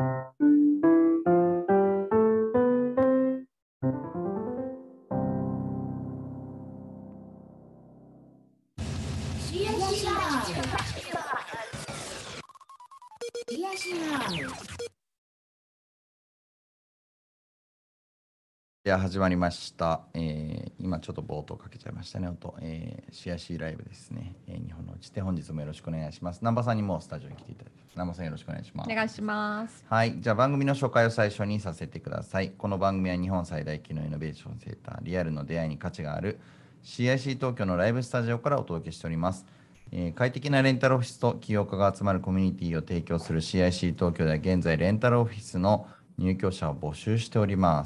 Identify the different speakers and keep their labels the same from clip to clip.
Speaker 1: では始まりました。今ちょっと冒頭かけちゃいましたね、音。CIC ライブですね。日本のうちで本日もよろしくお願いします。南波さんにもスタジオに来ていただいて、南波さんよろしくお願いします。
Speaker 2: お願いします。
Speaker 1: はい、じゃあ番組の紹介を最初にさせてください。この番組は日本最大級のイノベーションセンター、リアルの出会いに価値がある CIC 東京のライブスタジオからお届けしております。快適なレンタルオフィスと起業家が集まるコミュニティを提供する CIC 東京では現在レンタルオフィスの入居者を募集しております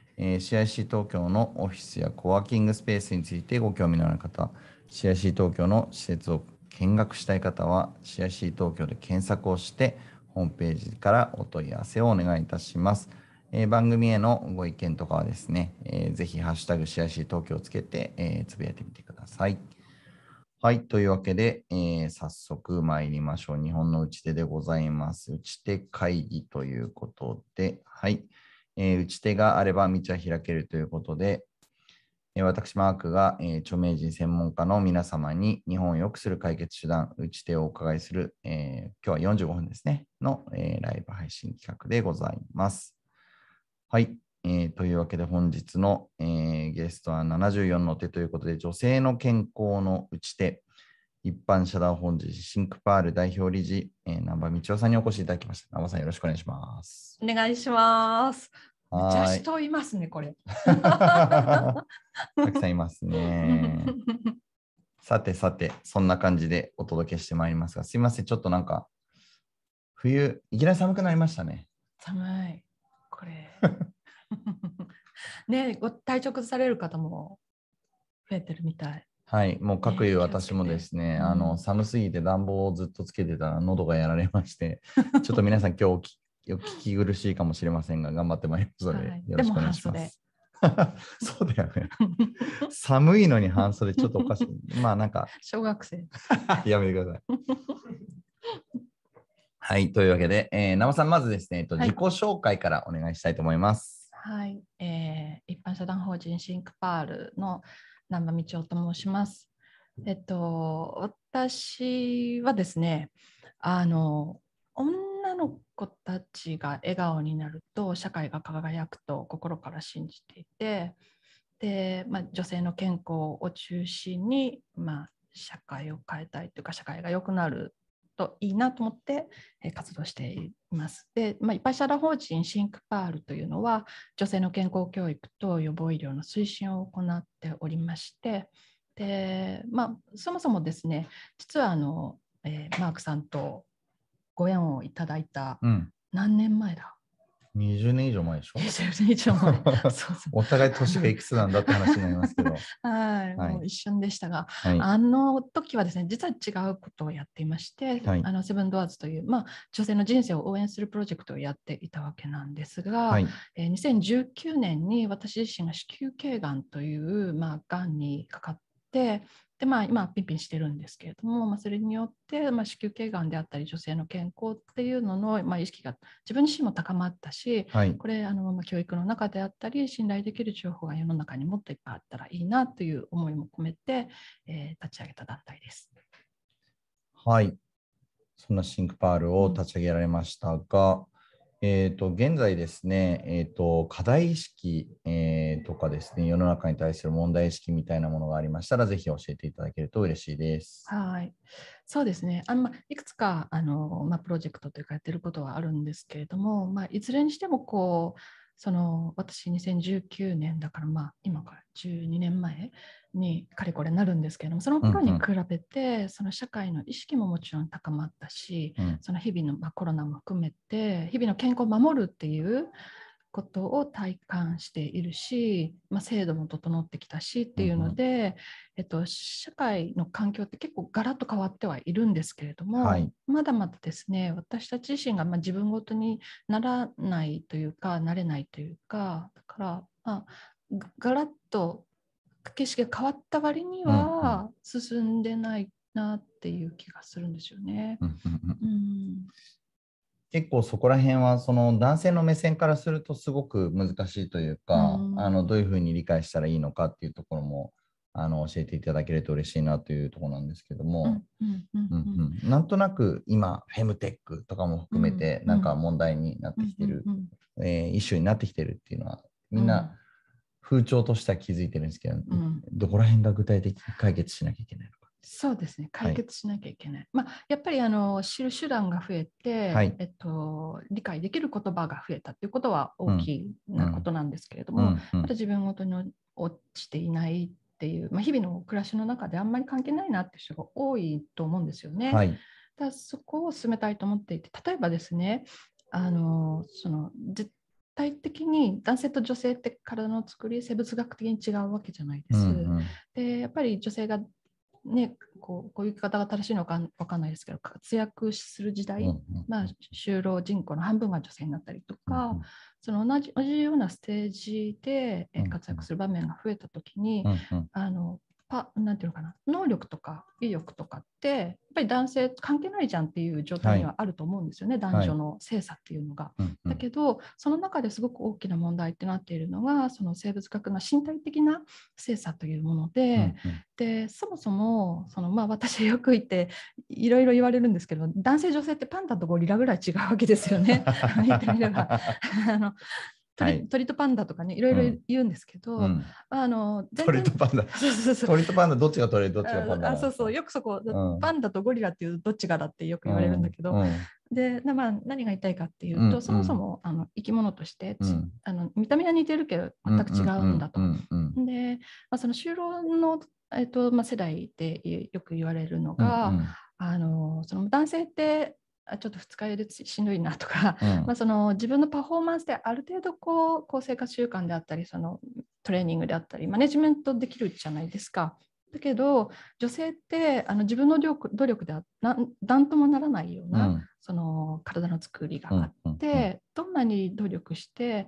Speaker 1: 。CIC 東京のオフィスやコワーキングスペースについてご興味のある方、CIC 東京の施設を見学したい方は CIC 東京で検索をしてホームページからお問い合わせをお願いいたします。番組へのご意見とかはですね、ぜひハッシュタグ CIC 東京をつけて、つぶやいてみてください。はい、というわけで、早速参りましょう。日本の打ち手でございます。打ち手会議ということで、はい。打ち手があれば道は開けるということで、私、マークが、著名人専門家の皆様に日本を良くする解決手段、打ち手をお伺いする、今日は45分ですね、の、ライブ配信企画でございます。はい。というわけで本日の、ゲストは74の手ということで、女性の健康の打ち手、一般社団法人シンクパール代表理事、南波道夫さんにお越しいただきました。南波さんよろしくお願いします。
Speaker 2: お願いします。めっちゃ人いますね、これ。
Speaker 1: たくさんいますね。さてさて、そんな感じでお届けしてまいりますが、すいません、ちょっとなんか、冬、いきなり寒くなりましたね。
Speaker 2: 寒い。これ。ね、ご体調崩される方も増えてるみたい。
Speaker 1: はい、もう各有私もですね、寒すぎて暖房をずっとつけてたら喉がやられまして、ちょっと皆さん今日お聞き苦しいかもしれませんが、頑張ってまいりますので、よろしくお願いします。そうだよね。寒いのに半袖ちょっとおかしい。まあなんか。
Speaker 2: 小学生。
Speaker 1: やめてください。はい、というわけで、南波さん、まずですね、自己紹介からお願いしたいと思います。
Speaker 2: はい、一般社団法人シンクパールの南波道夫と申します。私はですね、女の子たちが笑顔になると社会が輝くと心から信じていて、で、女性の健康を中心に、社会を変えたいというか、社会が良くなるといいなと思って活動しています。で、一般社団法人シンクパールというのは女性の健康教育と予防医療の推進を行っておりまして、で、そもそもですね、実はマークさんとご縁をいただいた、何年前だ
Speaker 1: 20年以上前でしょ。
Speaker 2: 20年以上前。そうそう
Speaker 1: お互い年がいくつなんだって話になりますけど。
Speaker 2: はい、もう一瞬でしたが、
Speaker 1: はい、
Speaker 2: あの時はですね、実は違うことをやっていまして、はい、セブンドアーズという、女性の人生を応援するプロジェクトをやっていたわけなんですが、はい、2019年に私自身が子宮頸がんという、がんにかかって、で今ピンピンしてるんですけれども、それによって、子宮頸がんであったり女性の健康っていうのの、意識が自分自身も高まったし、はい、これ教育の中であったり信頼できる情報が世の中にもっといっぱいあったらいいなという思いも込めて、立ち上げた団体です。
Speaker 1: はい、そんなシンクパールを立ち上げられましたが、現在ですね、課題意識、とかですね、世の中に対する問題意識みたいなものがありましたら、ぜひ教えていただけると嬉しいです。
Speaker 2: はい、そうですね。いくつかプロジェクトというかやってることはあるんですけれども、いずれにしても私2019年だから今から12年前にかれこれなるんですけれども、その頃に比べてその社会の意識ももちろん高まったし、その日々のコロナも含めて日々の健康を守るっていうことを体感しているし、制度も整ってきたしっていうので、社会の環境って結構ガラッと変わってはいるんですけれども、はい、まだまだですね、私たち自身が自分ごとにならないというか、なれないというか、だからガラッと景色が変わった割には進んでないなっていう気がするんですよね。
Speaker 1: 結構そこら辺はその男性の目線からするとすごく難しいというか、どういうふうに理解したらいいのかっていうところも教えていただけると嬉しいなというところなんですけども、なんとなく今フェムテックとかも含めてなんか問題になってきてる、イシューになってきてるっていうのはみんな風潮としては気づいてるんですけど、どこら辺が具体的に解決しなきゃいけないのか。
Speaker 2: そうですね、解決しなきゃいけない。まあ、やっぱり知る手段が増えて、理解できる言葉が増えたということは大きなことなんですけれども、まだ自分ごとに落ちていないっていう、まあ、日々の暮らしの中であんまり関係ないなっていう人が多いと思うんですよね。だからそこを進めたいと思っていて、例えばですね、絶対的に男性と女性って体の作り、生物学的に違うわけじゃないです。で、やっぱり女性がね、こういう言い方が正しいのか分かんないですけど、活躍する時代、就労人口の半分が女性になったりとか、その同じようなステージで活躍する場面が増えたときに、なんていうのかな、能力とか意欲とかってやっぱり男性関係ないじゃんっていう状態にはあると思うんですよね、男女の性差っていうのが。だけどその中ですごく大きな問題ってなっているのがその生物学の身体的な性差というもので、でそもそも私よく言っていろいろ言われるんですけど、男性女性ってパンダとゴリラぐらい違うわけですよね。言ってみれば鳥とパンダとかね、いろいろ言うんですけど、
Speaker 1: 鳥とパンダ鳥とパンダどっちが鳥どっちがパンダなんですか？
Speaker 2: よくそこ、パンダとゴリラっていうどっちがだってよく言われるんだけど、で何が言いたいかっていうと、そもそも生き物として見た目は似てるけど全く違うんだと。で、その就労の世代でよく言われるのが、その男性ってちょっと二日酔いでしんどいなとか、その自分のパフォーマンスである程度生活習慣であったり、そのトレーニングであったりマネジメントできるじゃないですか。だけど女性って自分の努力では何ともならないような、その体の作りがあって、どんなに努力して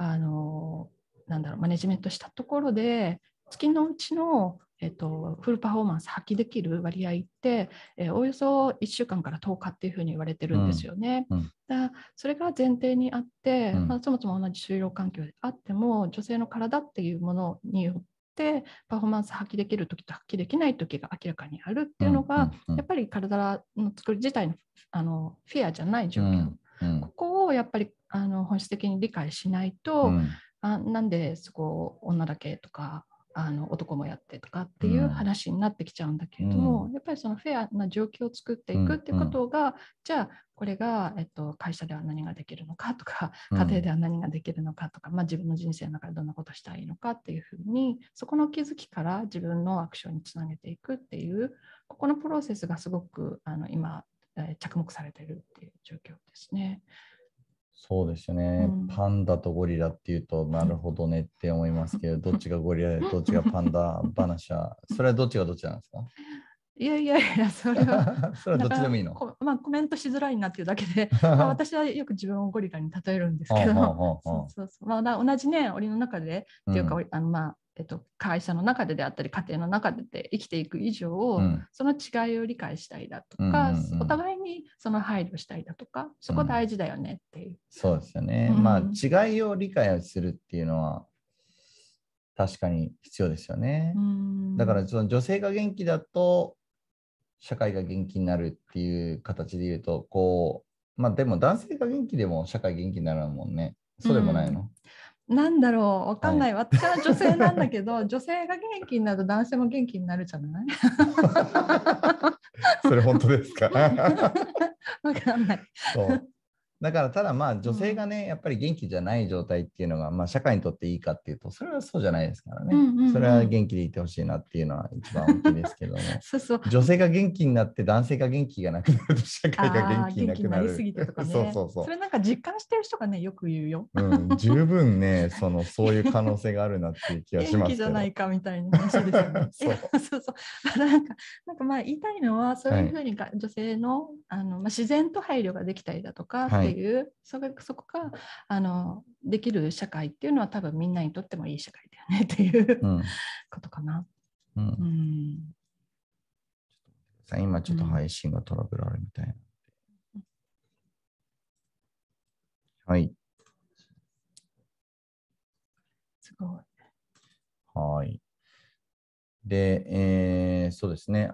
Speaker 2: マネジメントしたところで月のうちのフルパフォーマンス発揮できる割合って、およそ1週間から10日っていうふうに言われてるんですよね。だそれが前提にあって、そもそも同じ就労環境であっても女性の体っていうものによってパフォーマンス発揮できる時と発揮できない時が明らかにあるっていうのが、やっぱり体の作り自体のフェアじゃない状況、ここをやっぱり本質的に理解しないと、なんでそこ女だけとか男もやってとかっていう話になってきちゃうんだけれども、やっぱりそのフェアな状況を作っていくっていうことが、じゃあこれが、会社では何ができるのかとか、家庭では何ができるのかとか、自分の人生の中でどんなことしたらいいのかっていうふうに、そこの気づきから自分のアクションにつなげていくっていう、ここのプロセスがすごく今着目されているっていう状況ですね。
Speaker 1: そうですよね、パンダとゴリラっていうとなるほどねって思いますけど、どっちがゴリラでどっちがパンダ話はそれはどっちがどっちなんですか？
Speaker 2: いやそれは
Speaker 1: それはどっちでもいいの？
Speaker 2: コメントしづらいなっていうだけで私はよく自分をゴリラに例えるんですけど同じね檻の中でっていうか、会社の中でであったり家庭の中で生きていく以上、その違いを理解したいだとか、お互いにその配慮したいだとか、そこ大事だよねっていう。
Speaker 1: そうですよね。違いを理解するっていうのは確かに必要ですよね。だからその女性が元気だと社会が元気になるっていう形で言うとでも男性が元気でも社会元気になるもんね。そうでもないの？
Speaker 2: なんだろう、わかんない。私は女性なんだけど、女性が元気になると男性も元気になるじゃない
Speaker 1: それ本当ですか？
Speaker 2: わかんない。
Speaker 1: そうだからただ女性がね、やっぱり元気じゃない状態っていうのが、社会にとっていいかっていうとそれはそうじゃないですからね。それは元気でいてほしいなっていうのは一番大きいですけども女性が元気になって男性が元気がなくなると社会が元気になくなる。
Speaker 2: りすぎてとかね。それなんか実感してる人がねよく言うよ。
Speaker 1: 十分ねそういう可能すがあるなっていう気がしますけど。
Speaker 2: 元気じゃないかみたいな話ですよね。なんか言いたいのはそういうふうに女性の自然と配慮ができたりだとかっていう、そこができる社会っていうのは多分みんなにとってもいい社会だよねっていうことかな。
Speaker 1: 今ちょっと配信がトラブルあるみたいな。
Speaker 2: すごい。
Speaker 1: はい。で、そうですね。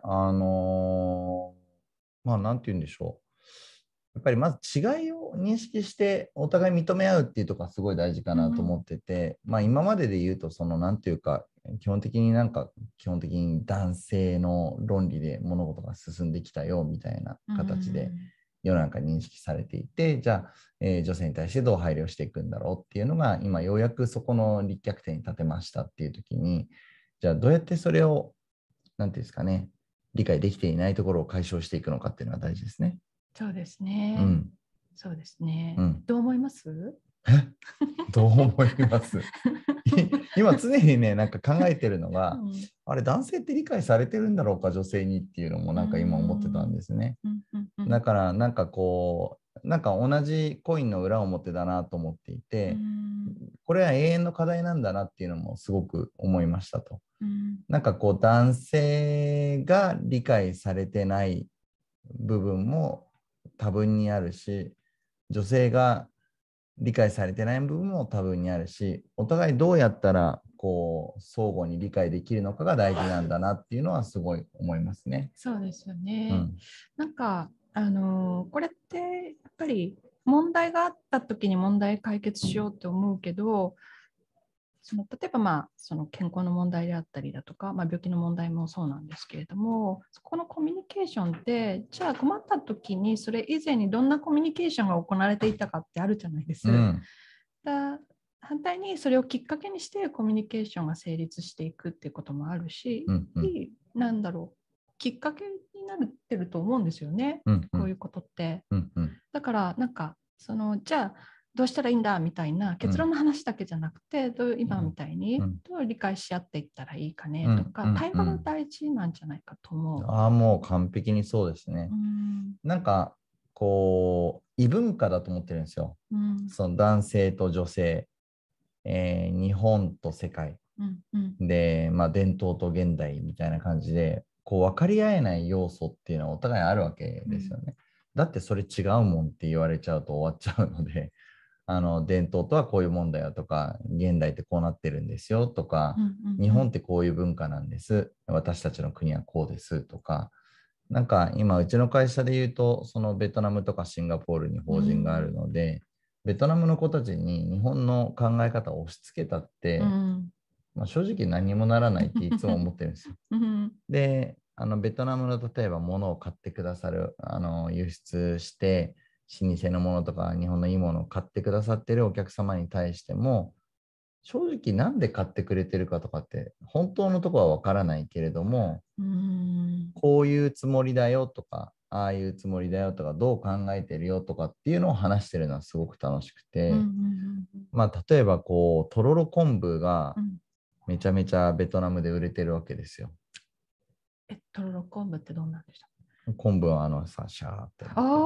Speaker 1: なんて言うんでしょう。やっぱりまず違いを認識してお互い認め合うっていうところがすごい大事かなと思ってて、今までで言うとなんていうか基本的に男性の論理で物事が進んできたよみたいな形で世の中認識されていて、じゃあ、女性に対してどう配慮していくんだろうっていうのが今ようやくそこの立脚点に立てましたっていう時に、じゃあどうやってそれをなんていうんですかね、理解できていないところを解消していくのかっていうのが大事ですね。
Speaker 2: そうですね。
Speaker 1: うん。
Speaker 2: そうですね。
Speaker 1: うん。
Speaker 2: どう思います？
Speaker 1: どう思います今常にね、なんか考えてるのが、あれ男性って理解されてるんだろうか、女性にっていうのもなんか今思ってたんですね。だからなんかなんか同じコインの裏表だなと思っていて、これは永遠の課題なんだなっていうのもすごく思いましたと。なんか男性が理解されてない部分も多分にあるし、女性が理解されてない部分も多分にあるし、お互いどうやったら相互に理解できるのかが大事なんだなっていうのはすごい思いますね。
Speaker 2: そうですよね。なんかこれってやっぱり問題があった時に問題解決しようって思うけど、例えばその健康の問題であったりだとか、病気の問題もそうなんですけれども、そこのコミュニケーションってじゃあ困った時にそれ以前にどんなコミュニケーションが行われていたかってあるじゃないです。反対にそれをきっかけにしてコミュニケーションが成立していくっていうこともあるし、なんだろう、きっかけになってると思うんですよね、こういうことって。だからなんかじゃあどうしたらいいんだみたいな結論の話だけじゃなくて、今みたいにどう理解し合っていったらいいかねとか、対話が大事なんじゃないかと思う。
Speaker 1: もう完璧にそうですね。なんか異文化だと思ってるんですよ。その男性と女性、日本と世界、で、伝統と現代みたいな感じで分かり合えない要素っていうのはお互いあるわけですよね。だってそれ違うもんって言われちゃうと終わっちゃうので、伝統とはこういうもんだよとか、現代ってこうなってるんですよとか、日本ってこういう文化なんです、私たちの国はこうですとか、なんか今うちの会社で言うと、そのベトナムとかシンガポールに法人があるので、ベトナムの子たちに日本の考え方を押し付けたって、正直何もならないっていつも思ってるんですよ。で、ベトナムの例えば物を買ってくださる、輸出して老舗のものとか日本のいいものを買ってくださってるお客様に対しても、正直なんで買ってくれてるかとかって本当のところはわからないけれども、こういうつもりだよとか、ああいうつもりだよとか、どう考えてるよとかっていうのを話してるのはすごく楽しくて、例えばとろろ昆布がめちゃめちゃベトナムで売れてるわけですよ。
Speaker 2: とろろ昆布ってどうなんでした？
Speaker 1: 昆布はシャーって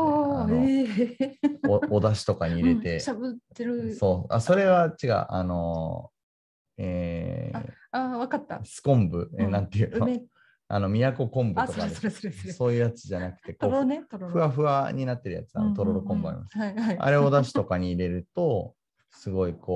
Speaker 1: お出汁とかに入れて、
Speaker 2: しゃぶってる。
Speaker 1: そう、それは違う、
Speaker 2: わかった。
Speaker 1: ス昆布、なんていうの、宮古昆布とかでそういうやつじゃなくて、ふわふわになってるやつ、とろろ昆布あります。あれをお出汁とかに入れると、すごい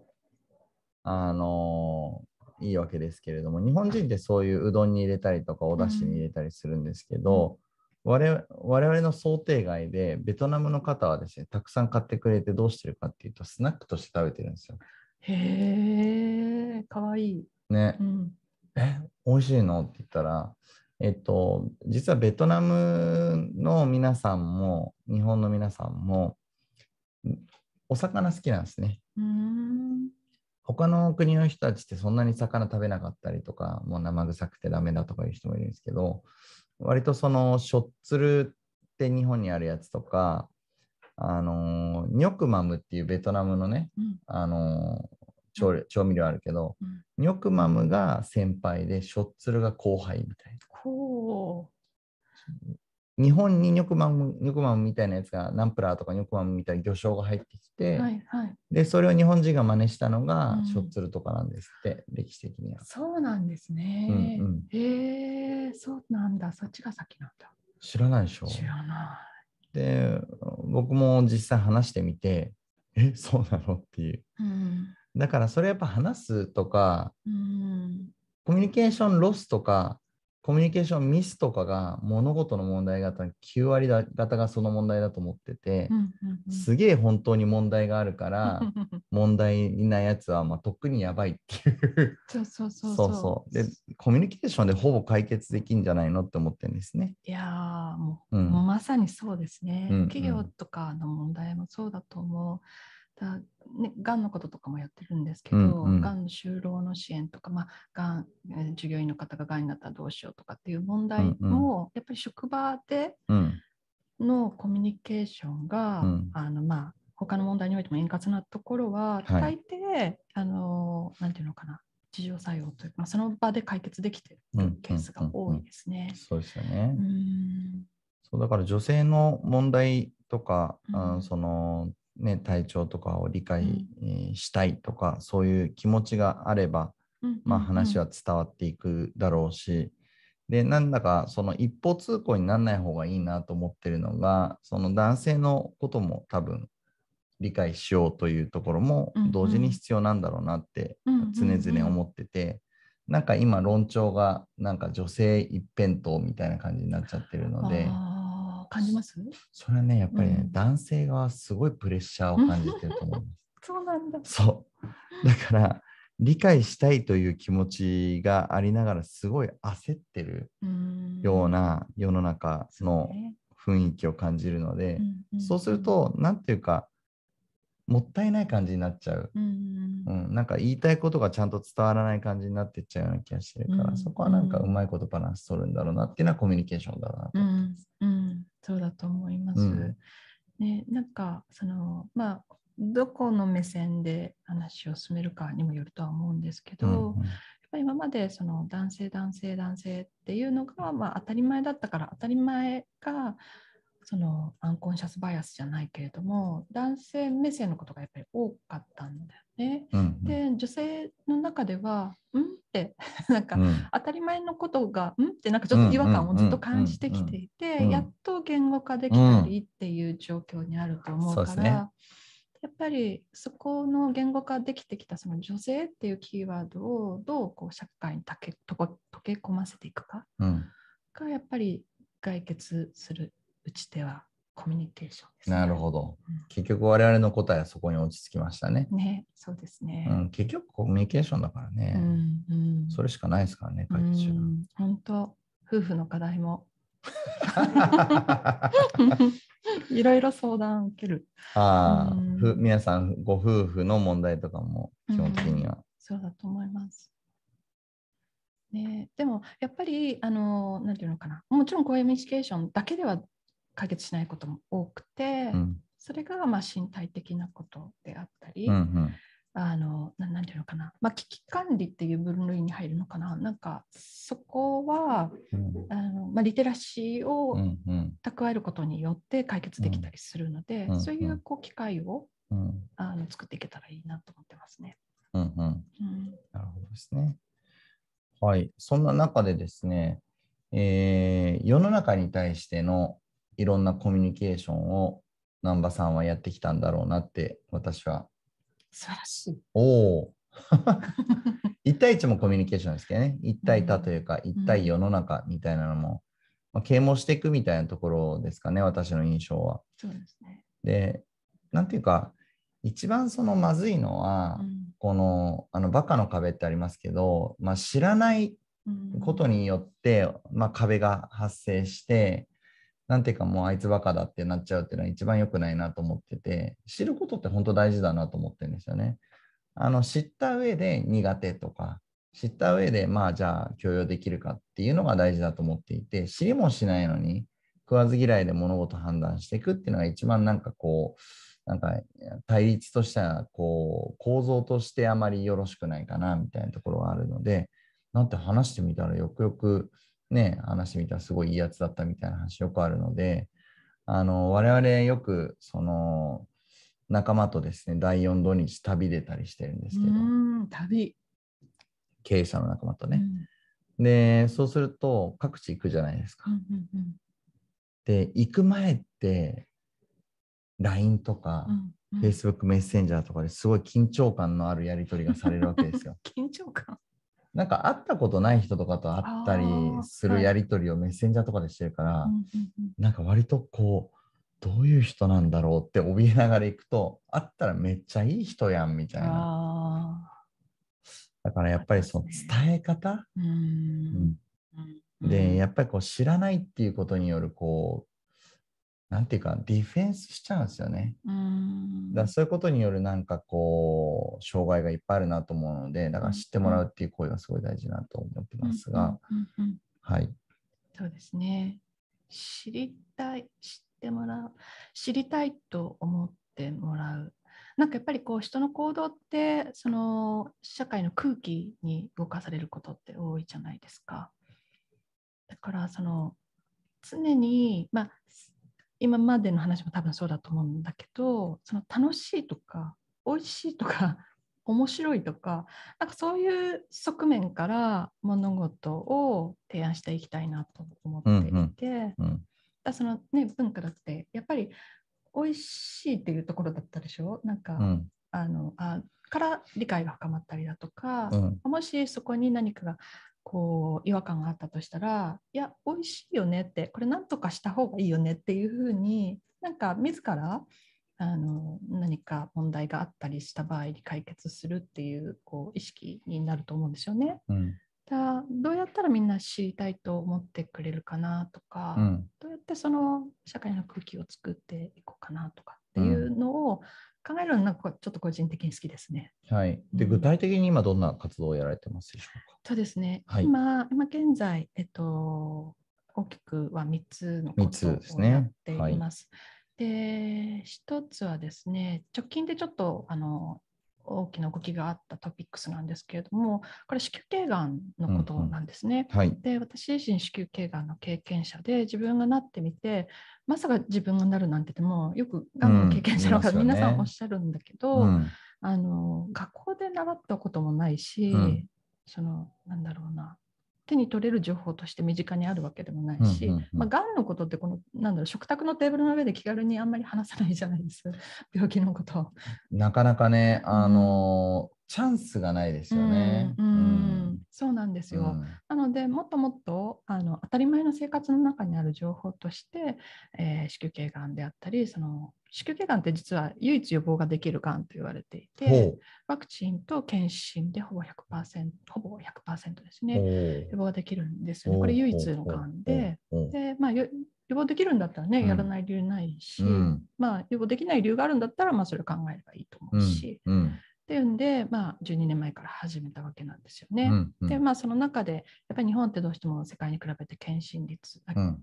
Speaker 1: いいわけですけれども、日本人ってそういううどんに入れたりとかお出汁に入れたりするんですけど、我々の想定外でベトナムの方はですね、たくさん買ってくれてどうしてるかっていうと、スナックとして食べてるんですよ。
Speaker 2: へえ、かわいい。
Speaker 1: ね。美味しいのって言ったら、実はベトナムの皆さんも日本の皆さんもお魚好きなんですね。他の国の人たちってそんなに魚食べなかったりとか、もう生臭くてダメだとかいう人もいるんですけど、割としょっつるって日本にあるやつとか、ニョクマムっていうベトナムのね、調味料あるけど、ニョクマムが先輩でしょっつるが後輩みたいな。日本にニョクマムみたいなやつが、ナンプラーとかニョクマムみたいな魚醤が入ってきて、でそれを日本人が真似したのがしょっつるとかなんですって、歴史的には。
Speaker 2: そうなんですね。へえ、そうなんだ。そっちが先なんだ。
Speaker 1: 知らないでしょ？
Speaker 2: 知らない。
Speaker 1: で、僕も実際話してみて、そうなのっていう。 だからそれやっぱ話すとか、
Speaker 2: うん
Speaker 1: コミュニケーションロスとか、コミュニケーションミスとかが物事の問題方の9割方がその問題だと思ってて、すげえ本当に問題があるから、問題なやつはまあとっくにやばいっていう
Speaker 2: そうそうそう
Speaker 1: そう
Speaker 2: そ
Speaker 1: そう。で、コミュニケーションでほぼ解決できんじゃないのって思ってるんですね。
Speaker 2: う。いやーもう、
Speaker 1: うん。
Speaker 2: まさにそうですね。
Speaker 1: うん
Speaker 2: 企業とかの問題もそうだと思う。ね、がんのこととかもやってるんですけ
Speaker 1: うん
Speaker 2: ど、がんの就労の支援とか、従業員の方ががんになったらどうしようとかっていう問題も、やっぱり職場で
Speaker 1: うん
Speaker 2: のコミュニケーションが、
Speaker 1: うん
Speaker 2: 他の問題においても円滑なところは、
Speaker 1: はい
Speaker 2: 大抵、なんていうのかな、自浄作用というか、その場で解決できているケースが多いですね。
Speaker 1: そうですよね。
Speaker 2: うん
Speaker 1: そうだから女性の問題とか、
Speaker 2: うん
Speaker 1: そのね、体調とかを理解、
Speaker 2: うん
Speaker 1: したいとか、そういう気持ちがあれば、まあ、話は伝わっていくだろうし、で、なんだかその一方通行にならない方がいいなと思ってるのが、その男性のことも多分理解しようというところも同時に必要なんだろうなって常々思ってて、なんか今論調がなんか女性一辺倒みたいな感じになっちゃってるので、
Speaker 2: 感じます？
Speaker 1: それはね、やっぱりね、男性側すごいプレッシャーを感じてると思います。
Speaker 2: そうなんだ。
Speaker 1: そう。だから理解したいという気持ちがありながらすごい焦ってるような世の中の雰囲気を感じるので、そうすると、なんていうか、もったいない感じになっちゃう。なんか言いたいことがちゃんと伝わらない感じになってっちゃうような気がしてるから、そこはなんかうまいことバランス取るんだろうなっていうのはコミュニケーションだろうなと思ってます。
Speaker 2: そうだと思います。ね、なんかどこの目線で話を進めるかにもよるとは思うんですけど、やっぱり今までその男性っていうのが当たり前だったから、当たり前がそのアンコンシャスバイアスじゃないけれども、男性目線のことがやっぱり多かったんだよね。で、女性の中ではってなんか当たり前のことがってなんかちょっと違和感をずっと感じてきていて、やっと言語化できたりっていう状況にあると思うから、やっぱりそこの言語化できてきたその女性っていうキーワードをどうこう社会に溶け込ませていくかがやっぱり解決する打ち手はコミュニケーションですね。
Speaker 1: なるほど。結局我々の答えはそこに落ち着きましたね。
Speaker 2: ね、そうですね。
Speaker 1: 結局コミュニケーションだからね。それしかないですからね、解決手段。
Speaker 2: 本当、夫婦の課題もいろいろ相談を受ける。
Speaker 1: 皆さんご夫婦の問題とかも基本的には。
Speaker 2: そうだと思います。ね、でもやっぱりなんていうのかな、もちろんコミュニケーションだけでは解決しないことも多くて、それが身体的なことであったり、なんていうのかな、危機管理っていう分類に入るのかな、なんかそこは、リテラシーを蓄えることによって解決できたりするので、そういう機会を作っていけたらいいなと思ってますね。
Speaker 1: なるほどですね。はい、そんな中でですね、世の中に対してのいろんなコミュニケーションを南波さんはやってきたんだろうなって私は。
Speaker 2: 素晴らしい。
Speaker 1: おお。1対1もコミュニケーションですけどね、1対他というか、1対世の中みたいなのも、啓蒙していくみたいなところですかね、私の印象は。
Speaker 2: そうですね。
Speaker 1: で、なんていうか、一番そのまずいのは、このバカの壁ってありますけど、知らないことによって、壁が発生して、なんていうかもうあいつバカだってなっちゃうっていうのは一番良くないなと思ってて、知ることって本当大事だなと思ってるんですよね。知った上で苦手とか、知った上でじゃあ許容できるかっていうのが大事だと思っていて、知りもしないのに食わず嫌いで物事を判断していくっていうのが一番なんか対立としては構造としてあまりよろしくないかなみたいなところがあるので、なんて話してみたらよくよくね、話してみたらすごいいいやつだったみたいな話よくあるので、我々よくその仲間とですね、第4土日旅出たりしてるんですけど、
Speaker 2: 旅
Speaker 1: 経営者の仲間とね。で、そうすると各地行くじゃないですか。で、行く前って LINE とか Facebook メッセンジャーとかですごい緊張感のあるやり取りがされるわけですよ。
Speaker 2: 緊張感。
Speaker 1: なんか会ったことない人とかと会ったりするやり取りをメッセンジャーとかでしてるから、なんか割とこう、どういう人なんだろうって怯えながら行くと、会ったらめっちゃいい人やんみたいな。だからやっぱりその伝え方、で、やっぱりこう知らないっていうことによるこう、なんていうかディフェンスしちゃうんですよね。だからそういうことによるなんかこう障害がいっぱいあるなと思うので、だから知ってもらうっていう行為はすごい大事なと思ってますが、はい。
Speaker 2: そうですね。知りたい、知ってもらう、知りたいと思ってもらう。なんかやっぱりこう人の行動ってその社会の空気に動かされることって多いじゃないですか。だからその常に、まあ、今までの話も多分そうだと思うんだけど、その楽しいとか美味しいとか面白いとか、なんかそういう側面から物事を提案していきたいなと思っていて、だそのね文化だってやっぱり美味しいっていうところだったでしょ。なんか、から理解が深まったりだとか、もしそこに何かがこう違和感があったとしたら、いや美味しいよねって、これなんとかした方がいいよねっていうふうになんか自ら何か問題があったりした場合に解決するっていうこう意識になると思うんですよね。どうやったらみんな知りたいと思ってくれるかなとか、どうやってその社会の空気を作っていこうかなとかっていうのを考えるのがちょっと個人的に好きですね。
Speaker 1: はい。で、具体的に今どんな活動をやられてますでしょうか。
Speaker 2: そうですね。今現在、大きくは3つのことをやっています。で、1つはですね、直近でちょっと大きな動きがあったトピックスなんですけれども、これ子宮頸がんのことなんですね。で、私自身子宮頸がんの経験者で、自分がなってみて、まさか自分がなるなんて言っても、よくがんの経験者の方、皆さんおっしゃるんだけど、学校で習ったこともないし、そのなんだろうな、手に取れる情報として身近にあるわけでもないし、がんのことってこのなんだろう、食卓のテーブルの上で気軽にあんまり話さないじゃないですか、病気のこと。
Speaker 1: なかなかね、チャンスがないですよね。
Speaker 2: そうなんですよ。なので、もっともっと当たり前の生活の中にある情報として、子宮頸がんであったり、その子宮頸がんって実は唯一予防ができるがんと言われていて、ワクチンと検診でほぼ 100% ですね、予防ができるんですよね。これ唯一のがんで、予防できるんだったらね、やらない理由ないし、予防できない理由があるんだったら、それを考えればいいと思うし、っていうんで、12年前から始めたわけなんですよね。で、その中で、やっぱり日本ってどうしても世界に比べて検診率、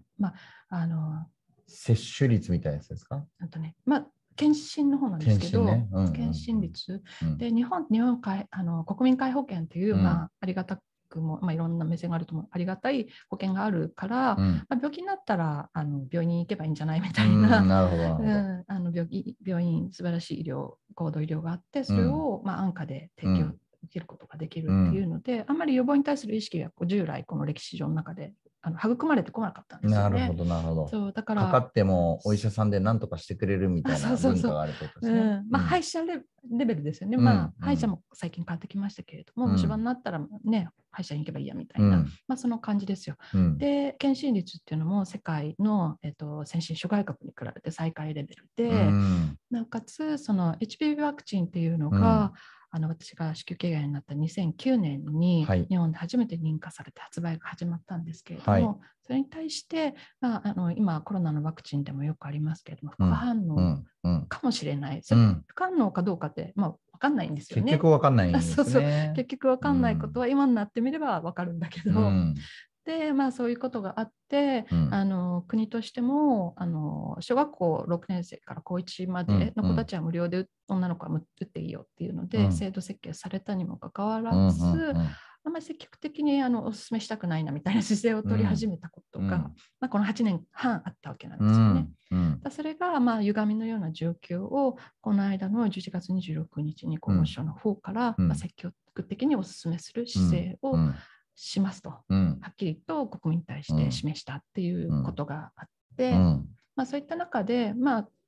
Speaker 1: 接種率みたいなやつですか？
Speaker 2: 検診の方なんですけど、検診率で日本国民皆保険という、ありがたくも、いろんな目線があると思う、ありがたい保険があるから、病気になったら病院に行けばいいんじゃないみたいな、病院、素晴らしい医療、高度医療があって、それを、安価で提供受けることができるっていうので、あんまり予防に対する意識が従来この歴史上の中で育まれてこなかったんですよね。
Speaker 1: なるほど、なるほど。
Speaker 2: そうだから
Speaker 1: かかってもお医者さんで何とかしてくれるみたいな文化があるってことですね。
Speaker 2: 歯医者レベルですよね。歯医者も最近変わってきましたけれども、虫歯になったらね、歯医者に行けばいいやみたいな、その感じですよ。で、検診率っていうのも世界の、先進諸外国に比べて最下位レベルで、なおかつその HPV ワクチンっていうのが、私が子宮頸がんになった2009年に日本で初めて認可されて発売が始まったんですけれども、それに対して、今コロナのワクチンでもよくありますけれども、副反応かもしれない。副反応かどうかって、分かんないんですよね。
Speaker 1: 結局分かんないんですね。
Speaker 2: 結局分かんないことは今になってみれば分かるんだけど、でそういうことがあって、国としても小学校6年生から高1までの子たちは無料で女の子は打っていいよっていうので、制度設計されたにもかかわらず、あんまり積極的にお勧めしたくないなみたいな姿勢を取り始めたことが、この8年半あったわけなんですよね。それが歪みのような状況をこの間の11月26日に厚労省の方から積極的にお勧めする姿勢をしますと、はっきりと国民に対して示したっていうことがあって、そういった中で、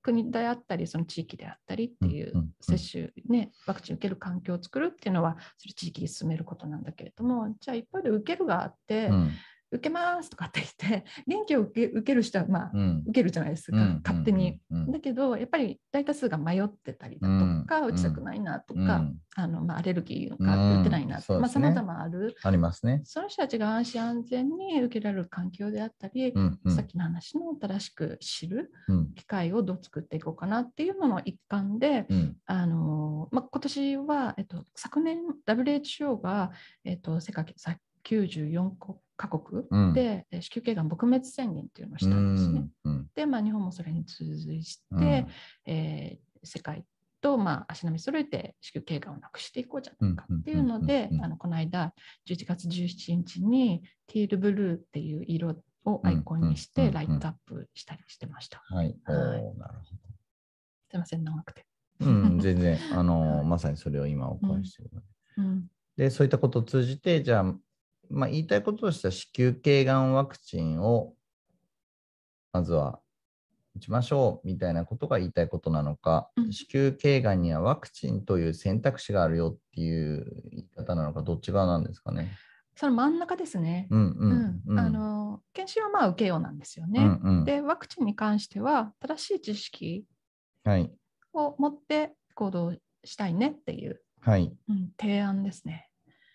Speaker 2: 国であったり、その地域であったりっていう接種、ね、ワクチン受ける環境を作るっていうのは、それ地域に進めることなんだけれども、じゃあ一方で受けるがあって、受けますとかって言って、元気を受ける人は、まあ、受けるじゃないですか、勝手に。だけど、やっぱり大多数が迷ってたりだとか、打ちたくないなとか、アレルギーがあって打てないなって、さまざまある。
Speaker 1: ありますね。
Speaker 2: その人たちが安心安全に受けられる環境であったり、さっきの話の正しく知る機会をどう作っていこうかなっていうのの一環で、今年は、昨年 WHO が、世界94カ国で、子宮頸がん撲滅宣言というのをしたんですね。で、日本もそれに通じて、世界と、足並み揃えて子宮頸がんをなくしていこうじゃないかっていうので、この間11月17日にティールブルーっていう色をアイコンにしてライトアップしたりしてました。
Speaker 1: はい。なるほど。
Speaker 2: すいません、長くて。
Speaker 1: 全然、まさにそれを今お伺いしているので。で、そういったことを通じて、じゃあ、言いたいこととしては、子宮頸がんワクチンをまずは打ちましょうみたいなことが言いたいことなのか、子宮頸がんにはワクチンという選択肢があるよっていう言い方なのか、どっち側なんですかね。
Speaker 2: その真ん中ですね。検診は受けようなんですよね。で、ワクチンに関しては、正しい知識を持って行動したいねっていう、提案ですね。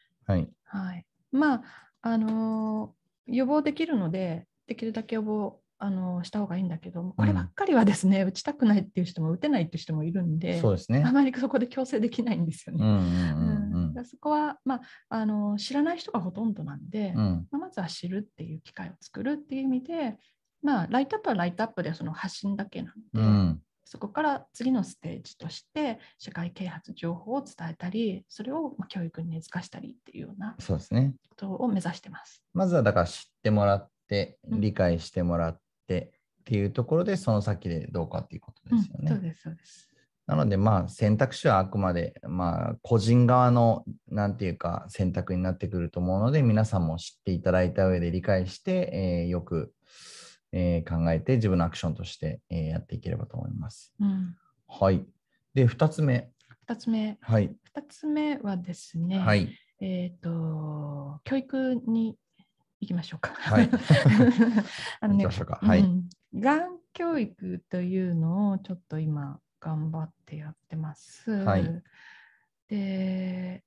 Speaker 2: 予防できるので、できるだけ予防した方がいいんだけど、こればっかりはですね、打ちたくないっていう人も打てないっていう人もいるんで、
Speaker 1: そうですね、
Speaker 2: あまりそこで強制できないんですよね。そこは、知らない人がほとんどなんで、まずは知るっていう機会を作るっていう意味で、ライトアップはライトアップでその発信だけなんで、そこから次のステージとして社会啓発情報を伝えたり、それを教育に根付かしたりっていうようなことを目指してます。
Speaker 1: まずはだから知ってもらって、理解してもらってっていうところで、その先でどうかっていうことですよね。
Speaker 2: そうです、そうです。
Speaker 1: なので、選択肢はあくまで、個人側の、なんていうか、選択になってくると思うので、皆さんも知っていただいた上で理解して、よく、考えて自分のアクションとして、やっていければと思います。はい。で、2つ目。
Speaker 2: 2つ目。
Speaker 1: はい。
Speaker 2: 2つ目はですね、
Speaker 1: はい。
Speaker 2: 教育に行きましょうか。
Speaker 1: はい。行きましょうか。はい。
Speaker 2: がん教育というのをちょっと今頑張ってやってます。
Speaker 1: はい。
Speaker 2: で、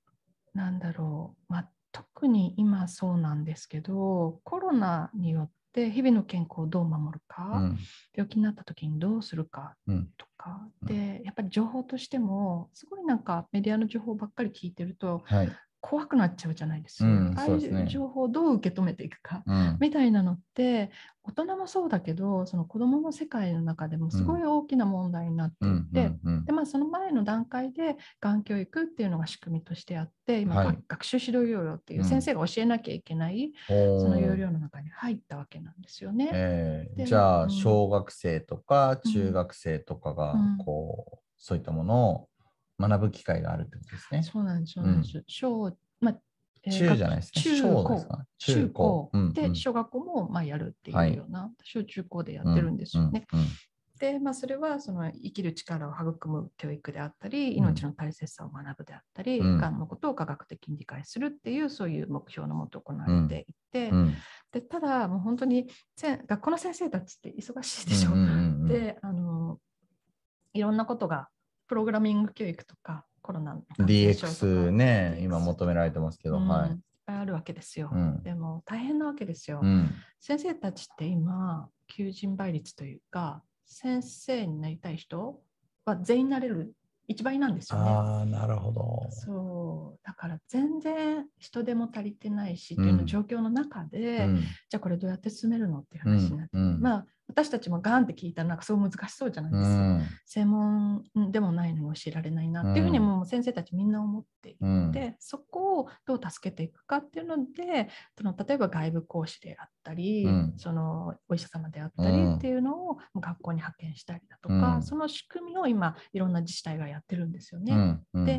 Speaker 2: 特に今そうなんですけど、コロナによって日々の健康をどう守るか、病気になった時にどうするかとか、で、やっぱり情報としても、すごいメディアの情報ばっかり聞いてると、怖くなっちゃうじゃないですか。ああいう情報をどう受け止めていくか、みたいなのって、大人もそうだけど、その子どもの世界の中でもすごい大きな問題になっていて、でその前の段階でがん教育っていうのが仕組みとしてあって、今、学習指導要領っていう先生が教えなきゃいけない、その要領の中に入ったわけなんですよね。
Speaker 1: じゃあ、小学生とか中学生とかがそういったものを学ぶ機会があるってことですね。
Speaker 2: そうなんです、そうなんです。
Speaker 1: 中じゃないですね。
Speaker 2: 中高で小学校もやるっていうような、小中高でやってるんですよね。で、それはその生きる力を育む教育であったり、命の大切さを学ぶであったり、がんのことを科学的に理解するっていう、そういう目標のもと行われていて、でただ、もう本当に学校の先生たちって忙しいでしょ。で、いろんなことが、プログラミング教育とか、コロナの
Speaker 1: DX ね、今求められてますけど、
Speaker 2: いっぱいあるわけですよ。でも大変なわけですよ。先生たちって今、求人倍率というか、先生になりたい人は全員なれる1倍なんですよね。
Speaker 1: なるほど。
Speaker 2: そうだから全然人手も足りてないし、という状況の中で、じゃあこれどうやって進めるのっていう話になって、私たちもガンって聞いたらそう難しそうじゃないですか。専門でもないのに教えられないなっていうふうにもう先生たちみんな思っていて、そこをどう助けていくかっていうので、例えば外部講師であったり、そのお医者様であったりっていうのを学校に派遣したりだとか、その仕組みを今いろんな自治体がやってるんですよね。で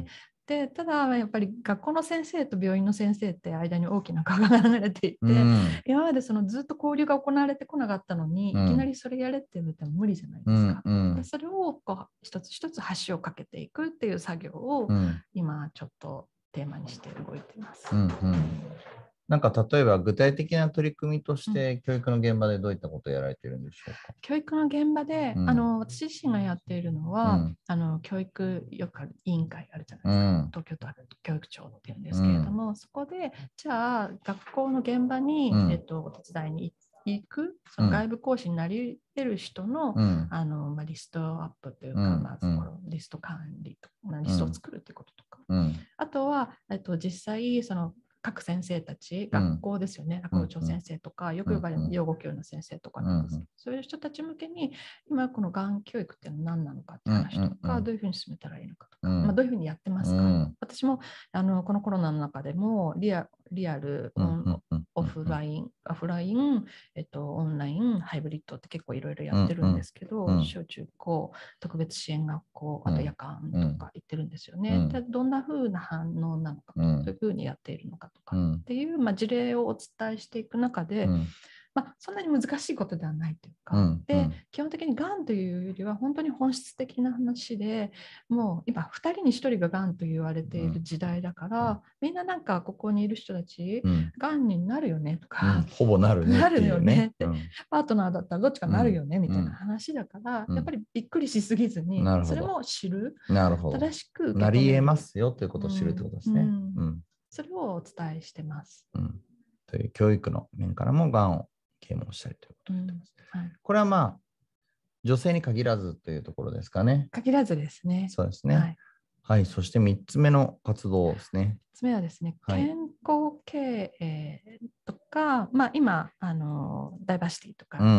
Speaker 2: でただやっぱり学校の先生と病院の先生って間に大きな川が流れていて、今までそのずっと交流が行われてこなかったのに、いきなりそれやれって言われても無理じゃないですか。でそれをこう一つ一つ橋を架けていくっていう作業を今ちょっとテーマにして動いています。
Speaker 1: なんか例えば具体的な取り組みとして、教育の現場でどういったことをやられているんでしょうか。
Speaker 2: 教育の現場で、私自身がやっているのは、教育よくある委員会あるじゃないですか、東京都教育庁っていうんですけれども、そこでじゃあ学校の現場に、お手伝いに行く、その外部講師になり得る人の、リストアップというか、リスト管理とか、リストを作るということとか、あとは、実際その各先生たち、学校ですよね、学校長先生とか、よく呼ばれる養護教の先生とかなんですけど、そういう人たち向けに、今このがん教育っていうのは何なのかっていう話とか、どういうふうに進めたらいいのかとか、どういうふうにやってますか。私もこのコロナの中でもリアル、オフライン、オンライン、ハイブリッドって結構いろいろやってるんですけど、小中高、特別支援学校、あと夜間とか行ってるんですよね。でどんなふうな反応なのか、どういうふうにやっているのかとかっていう、事例をお伝えしていく中で、そんなに難しいことではないというか、で基本的にがんというよりは本当に本質的な話で、もう今2人に1人ががんと言われている時代だから、みんななんかここにいる人たち、がんになるよねとか、
Speaker 1: ほぼなるねっていうね。
Speaker 2: パートナーだったらどっちかなるよねみたいな話だから、やっぱりびっくりしすぎずに、それも知る、正しく
Speaker 1: なり得ますよということを知るということですね。
Speaker 2: それをお伝えしてます。
Speaker 1: という教育の面からもがんを啓蒙したりということになってます。これは女性に限らずというところですかね。
Speaker 2: 限らずですね。
Speaker 1: そうですね。はい。そして3つ目の活動ですね。
Speaker 2: 3つ目はですね、健康経営とか、今、ダイバーシティとか、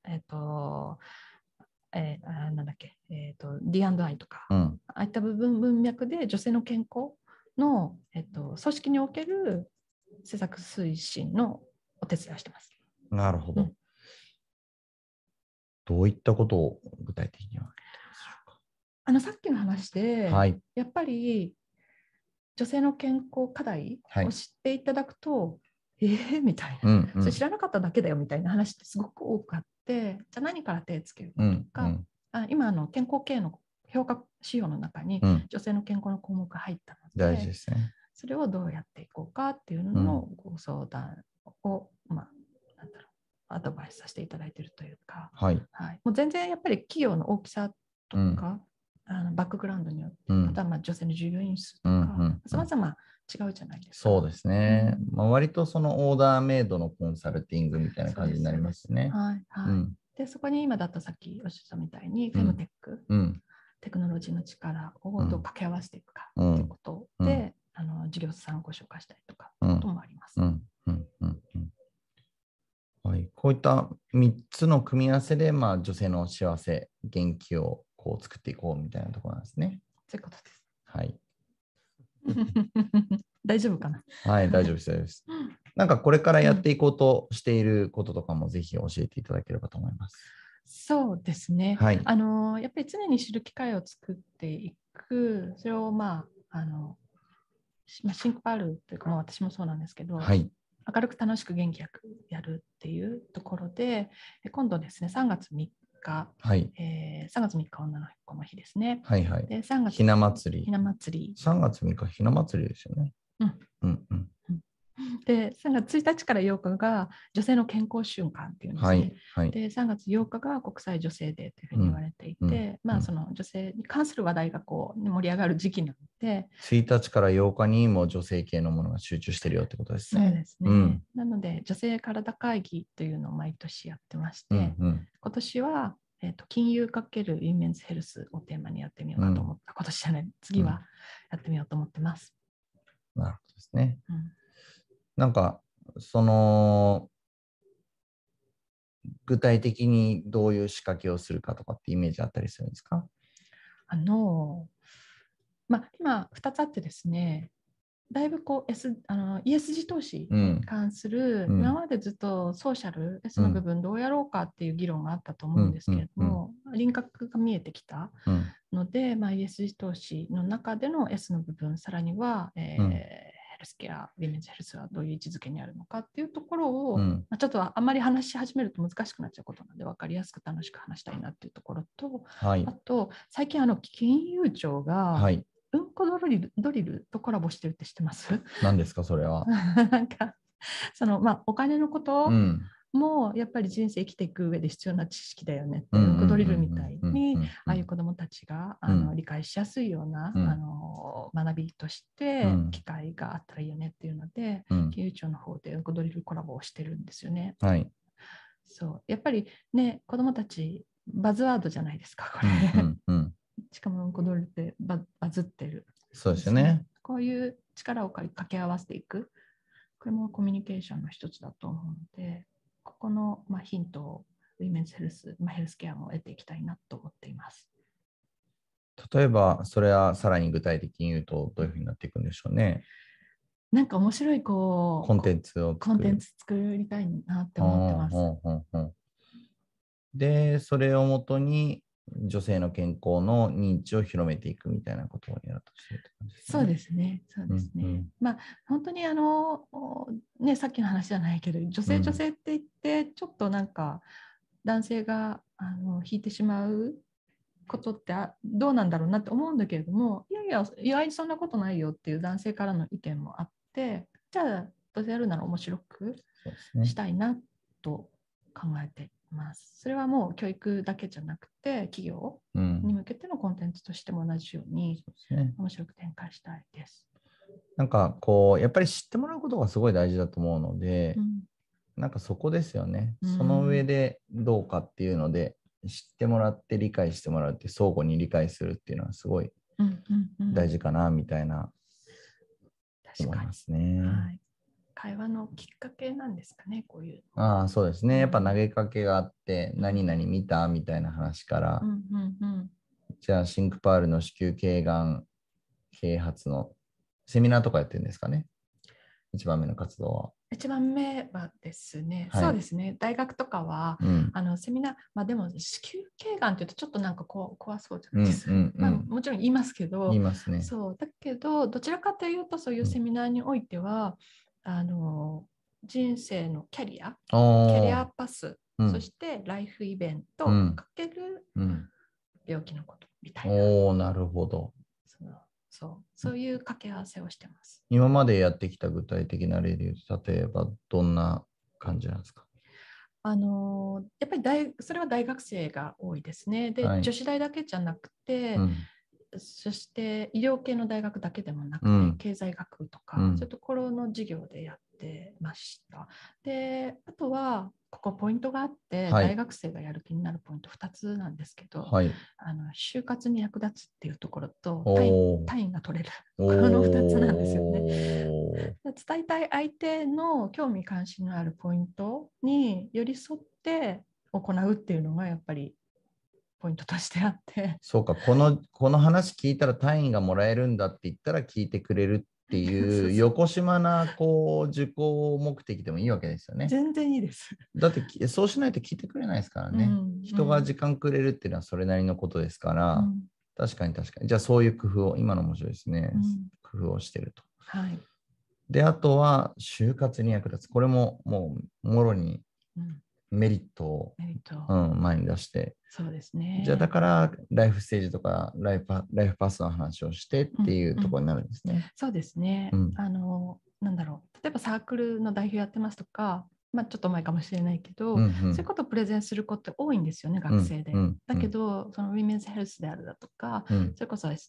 Speaker 2: なんだっけ、D&I とか、ああいった文脈で女性の健康の、組織における施策推進のお手伝いをしてます。
Speaker 1: なるほど。どういったことを具体的には
Speaker 2: さっきの話で、やっぱり女性の健康課題を知っていただくと、みたいな、それ知らなかっただけだよみたいな話ってすごく多くあって、じゃあ何から手をつけるのとか、今健康経営の評価指標の中に女性の健康の項目が入ったので、
Speaker 1: 大事ですね。
Speaker 2: それをどうやっていこうかっていうののご相談を、アドバイスさせていただいているというか、もう全然やっぱり企業の大きさとか、バックグラウンドによって、また女性の従業員数とか、さまざま違うじゃないですか。
Speaker 1: そうですね。割とそのオーダーメイドのコンサルティングみたいな感じになりますね。
Speaker 2: で、そこに今だとさっきおっしゃったみたいに、フェムテック、テクノロジーの力をどう掛け合わせていくかということで、事業者さんをご紹介したりとかということもあります。
Speaker 1: こういった3つの組み合わせで、女性の幸せ、元気をこう作っていこうみたいなところなんですね。
Speaker 2: そういうことです。
Speaker 1: はい。
Speaker 2: 大丈夫かな。
Speaker 1: はい、大丈夫です。大丈夫です。なんかこれからやっていこうとしていることとかもぜひ教えていただければと思います。
Speaker 2: そうですね。やっぱり常に知る機会を作っていく、それをシンクパールというか、私もそうなんですけど、明るく楽しく元気よくやるっていうところで、今度ですね、3月3日、3月3日女の子の日ですね。
Speaker 1: で3月ひな祭り。
Speaker 2: ひな祭り。
Speaker 1: 3月3日ひな祭りですよね。
Speaker 2: で3月1日から8日が女性の健康週間っていうんですね。で3月8日が国際女性デーというふうに言われていて、その女性に関する話題がこう盛り上がる時期なので、
Speaker 1: 1日から8日にも女性系のものが集中してるよってことですね。
Speaker 2: そうですね。なので女性体会議というのを毎年やってまして、今年は金融×ウィメンズヘルスをテーマにやってみようかと思った。今年じゃない、次はやってみようと思ってます。
Speaker 1: なるほどですね。なんかその具体的にどういう仕掛けをするかとかってイメージあったりするんですか？
Speaker 2: 今2つあってですね、だいぶこう、ESG 投資に関する、今までずっとソーシャル S の部分どうやろうかっていう議論があったと思うんですけれども、輪郭が見えてきたので、ESG 投資の中での S の部分、さらには、ヘルスケア、ウィメンズヘルスはどういう位置づけにあるのかっていうところを、ちょっとあんまり話し始めると難しくなっちゃうことなので、分かりやすく楽しく話したいなっていうところと、
Speaker 1: はい、
Speaker 2: あと、最近、金融庁が、
Speaker 1: はい、
Speaker 2: うんこドリルとコラボしてるって知ってます？
Speaker 1: 何ですか、それは。
Speaker 2: なんかお金のこともやっぱり人生生きていく上で必要な知識だよねって、うんこドリルみたいに、ああいう子どもたちが理解しやすいような、学びとして機会があったらいいよねっていうので、金融庁の方でうんこドリルコラボをしてるんですよね。
Speaker 1: はい、
Speaker 2: そうやっぱりね、子どもたちバズワードじゃないですか、これ。しかもうんこドリルってバズってる。
Speaker 1: そうですよね。
Speaker 2: こういう力を掛け合わせていく。これもコミュニケーションの一つだと思うので、ここのヒントをウィメンズヘルス、ヘルスケアも得ていきたいなと思っています。
Speaker 1: 例えば、それはさらに具体的に言うと、どういうふうになっていくんでしょうね。
Speaker 2: なんか面白い
Speaker 1: コンテンツ
Speaker 2: 作りたいなって思ってます。
Speaker 1: で、それをもとに女性の健康の認知を広めていくみたいなことをやろうとしているって感じですね。
Speaker 2: そうですね。そうですね。本当にね、さっきの話じゃないけど、女性って言って、ちょっとなんか男性が引いてしまうことってどうなんだろうなって思うんだけれども、意外にそんなことないよっていう男性からの意見もあって、じゃあどうせやるなら面白くしたいなと考えています。それはもう教育だけじゃなくて、企業に向けてのコンテンツとしても同じように面白く展開したいです。
Speaker 1: なんかやっぱり知ってもらうことがすごい大事だと思うので、なんかそこですよね。その上でどうかっていうので、知ってもらって理解してもらうって相互に理解するっていうのはすごい大事かなみたいな思いますね。
Speaker 2: はい、会話のきっかけなんですかね、こういう。
Speaker 1: そうですね。やっぱ投げかけがあって、何々見たみたいな話から、じゃあシンクパールの子宮頸がん啓発のセミナーとかやってるんですかね。1番目の活動は。
Speaker 2: 1番目はですね、そうですね、大学とかは、セミナー、でも子宮頸がんっていうとちょっとなんか怖そうじゃないですか。もちろん言いますけど、
Speaker 1: 言いますね。
Speaker 2: そうだけど、どちらかというとそういうセミナーにおいては、人生のキャリアパス、そしてライフイベントかける病気のことみたいな。
Speaker 1: なるほど。
Speaker 2: そういう掛け合わせをしてます。
Speaker 1: 今までやってきた具体的な例で言うと、例えばどんな感じなんですか？
Speaker 2: やっぱりそれは大学生が多いですね。で、女子大だけじゃなくて、そして医療系の大学だけでもなくて、経済学とか、そういうところの授業でやってました。で、あとは、ここポイントがあって、大学生がやる気になるポイント2つなんですけど、就活に役立つっていうところと、単位が取れる。この2つなんですよね。伝えたい相手の興味関心のあるポイントに寄り添って行うっていうのがやっぱりポイントとしてあって。
Speaker 1: そうか、この話聞いたら単位がもらえるんだって言ったら聞いてくれるっていう横島な受講目的でもいいわけですよね。
Speaker 2: 全然いいです。
Speaker 1: だってそうしないと聞いてくれないですからね。人が時間くれるっていうのはそれなりのことですから、確かに。じゃあそういう工夫を、今の面白いですね。工夫をしてると。で、あとは就活に役立つ。これももうもろにメリットを前に出して。
Speaker 2: そうですね。
Speaker 1: じゃあだからライフステージとかライフパスの話をしてっていうところになるんですね。
Speaker 2: そうですね。なんだろう。例えばサークルの代表やってますとか、ちょっと前かもしれないけど、そういうことをプレゼンすること多いんですよね、学生で。だけど、そのウィメンズヘルスであるだとか、それこそ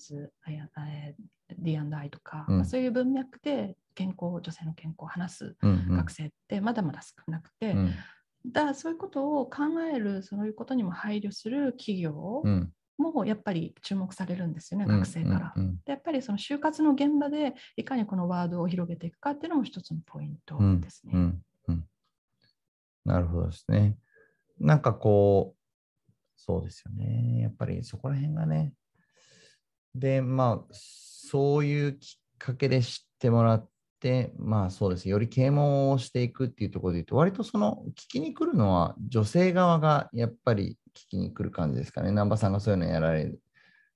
Speaker 2: SDGs、D&I とか、そういう文脈で女性の健康を話す学生ってまだまだ少なくて、そういうことを考える、そういうことにも配慮する企業もやっぱり注目されるんですよね、学生から。でやっぱりその就活の現場でいかにこのワードを広げていくかっていうのも一つのポイントですね。
Speaker 1: なるほどですね。なんかそうですよね。やっぱりそこら辺がね。で、そういうきっかけで知ってもらって、そうです。より啓蒙をしていくっていうところで言うと、割と聞きに来るのは女性側がやっぱり聞きに来る感じですかね。南波さんがそういうのやられ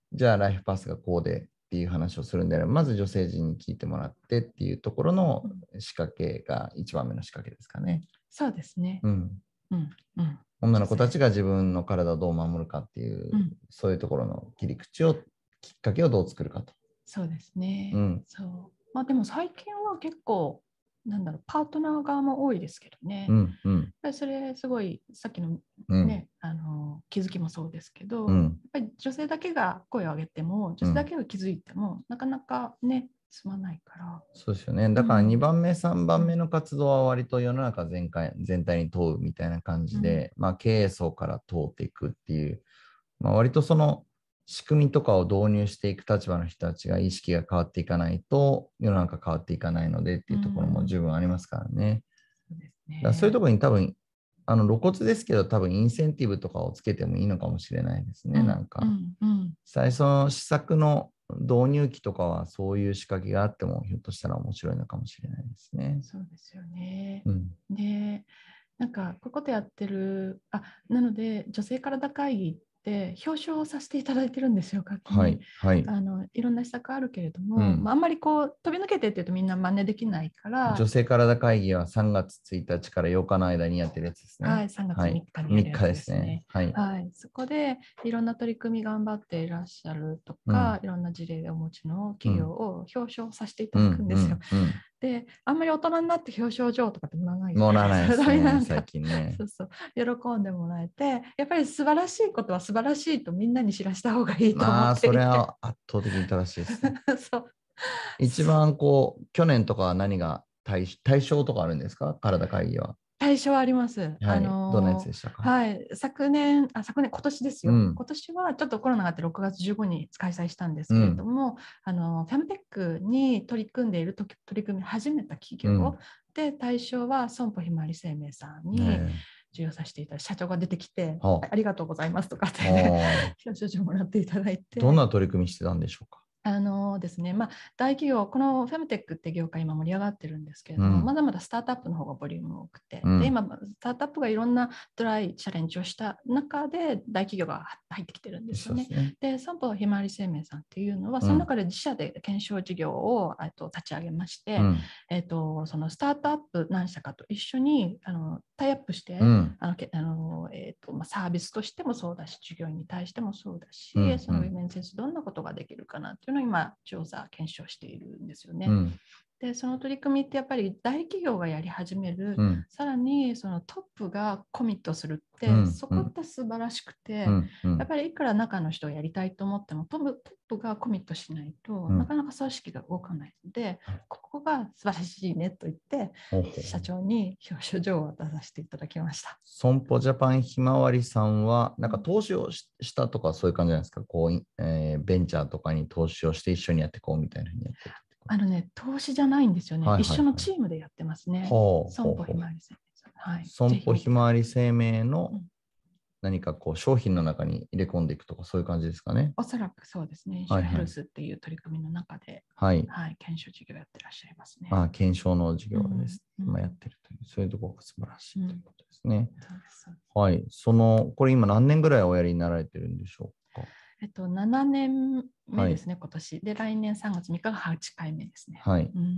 Speaker 1: じゃあライフパスがこうでっていう話をするんであれば、まず女性陣に聞いてもらってっていうところの仕掛けが一番目の仕掛けですかね。
Speaker 2: そうですね。
Speaker 1: うん。
Speaker 2: うんうん、
Speaker 1: 女の子たちが自分の体をどう守るかっていう、そういうところの切り口を、きっかけをどう作るかと。
Speaker 2: そうですね。そう。まあでも最近は結構、パートナー側も多いですけどね。それすごいさっきのね、気づきもそうですけど、やっぱり女性だけが声を上げても、女性だけが気づいても、なかなかね、進まないから。
Speaker 1: そうですよね。だから2番目、3番目の活動は割と世の中全体に問うみたいな感じで、まあ経営層から通っていくっていう、まあ、割とその仕組みとかを導入していく立場の人たちが意識が変わっていかないと世の中変わっていかないのでっていうところも十分ありますからね。
Speaker 2: そうですね。
Speaker 1: だからそういうところに多分露骨ですけど多分インセンティブとかをつけてもいいのかもしれないですね。なんか最初の施策の導入期とかはそういう仕掛けがあってもひょっとしたら面白いのかもしれないですね。
Speaker 2: そうですよね。で、なんかこういうことやってる、なので女性体会議って表彰させていただいてるんですよ、楽器に。いろんな施策あるけれども、あんまりこう飛び抜けてっていうとみんな真似できないから。
Speaker 1: 女性体会議は3月1日から8日の間にやってるやつですね。
Speaker 2: はい、3月3日にやるやつですね。そこでいろんな取り組み頑張っていらっしゃるとか、いろんな事例をお持ちの企業を表彰させていただくんですよ。で、あんまり大人になって表彰状とかってもらわない
Speaker 1: もらわないですね、最近ね。
Speaker 2: そうそう、喜んでもらえて、やっぱり素晴らしいことは素晴らしいとみんなに知らせた方がいいと思っていて。
Speaker 1: まあ、それは圧倒的に正しいですね。
Speaker 2: そう。
Speaker 1: 一番去年とかは何が対象とかあるんですか、体会議は。
Speaker 2: 対象はあります。
Speaker 1: どんなやつでしたか。
Speaker 2: 昨年、今年ですよ。今年はちょっとコロナがあって6月15日に開催したんですけれども、フェムテックに取り組んでいる取り組み始めた企業で、対象は損保ひまわり生命さんに授与させていただいて、社長が出てきて、ありがとうございますとかって、表彰状もらっていただいて。
Speaker 1: どんな取り組みしてたんでしょうか。
Speaker 2: ですね、大企業、このフェムテックって業界今盛り上がってるんですけれども、まだまだスタートアップの方がボリューム多くて、で今スタートアップがいろんなトライチャレンジをした中で大企業が入ってきてるんですよね。で、損保ひまわり生命さんっていうのは、その中で自社で検証事業を立ち上げまして、そのスタートアップ何社かと一緒にタイアップして、サービスとしてもそうだし、従業員に対してもそうだし、そのウィメンセンスどんなことができるかなっていうのを今調査検証しているんですよね。でその取り組みってやっぱり大企業がやり始める、さらにそのトップがコミットするって、そこって素晴らしくて、やっぱりいくら中の人がやりたいと思ってもトップがコミットしないと、なかなか組織が動かないので、ここが素晴らしいねと言って社長に表彰状を渡させていただきました。
Speaker 1: 損保ジャパンひまわりさんはなんか投資をしたとかそういう感じなんですか。ベンチャーとかに投資をして一緒にやっていこうみたいなふうにやってる。
Speaker 2: 投資じゃないんですよね。一緒のチームでやってますね。損保ひまわり生命。
Speaker 1: 損保ひまわり生命の何か商品の中に入れ込んでいくとかそういう感じですかね。
Speaker 2: おそらくそうですね。インシュヘルスっていう取り組みの中で、検証事業やってらっしゃいますね。
Speaker 1: 検証の事業です。やってるという、そういうところが素晴らしいということですね。これ今何年ぐらいおやりになられてるんでしょうか。
Speaker 2: 7年目ですね、今年。で、来年3月3日が8回目ですね。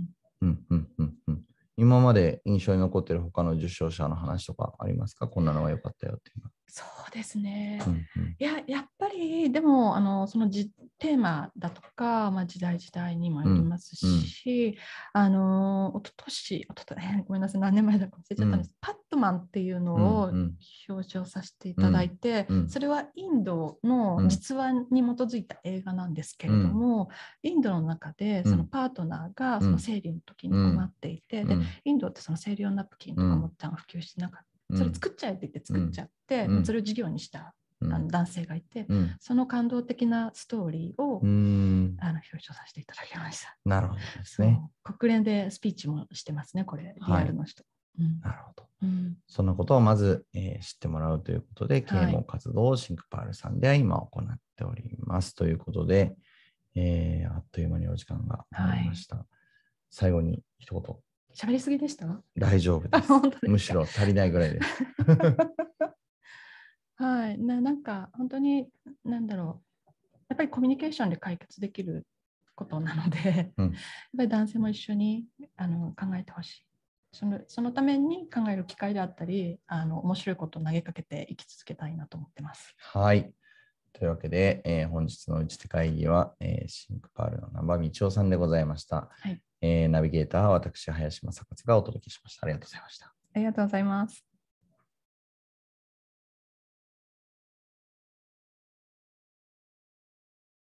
Speaker 1: 今まで印象に残っている他の受賞者の話とかありますか。こんなのが良かったよっていうのは。
Speaker 2: そうですね。やっぱりでもそのテーマだとか、時代にもよりますし、おととしごめんなさい、何年前だか忘れちゃったんです。パットマンっていうのを表彰させていただいて、それはインドの実話に基づいた映画なんですけれども、インドの中でそのパートナーがその生理の時に困っていて、でインドってその生理用ナプキンとかも普及してなかった。それ作っちゃえって言って作っちゃって、それを事業にした男性がいて、その感動的なストーリーを表彰させていただきました。
Speaker 1: なるほどですね。
Speaker 2: 国連でスピーチもしてますね、これ、リアルの人。
Speaker 1: なるほど。そんなことをまず、知ってもらうということで、啓蒙活動をシンクパールさんでは今行っております。ということで、あっという間にお時間がなりました。最後に一言。
Speaker 2: 喋りすぎでした？
Speaker 1: 大丈夫です。むしろ足りないぐらいです。なん
Speaker 2: か本当にやっぱりコミュニケーションで解決できることなので、
Speaker 1: うん
Speaker 2: やっぱり男性も一緒に考えてほしい。そのために考える機会であったり、面白いことを投げかけて生き続けたいなと思ってます。
Speaker 1: はい。というわけで、本日の打ち手会議は、シンクパールの南波道夫さんでございました。
Speaker 2: はい。
Speaker 1: ナビゲーターは私、林正勝がお届けしました。ありがとうございました。
Speaker 2: ありがとうございます。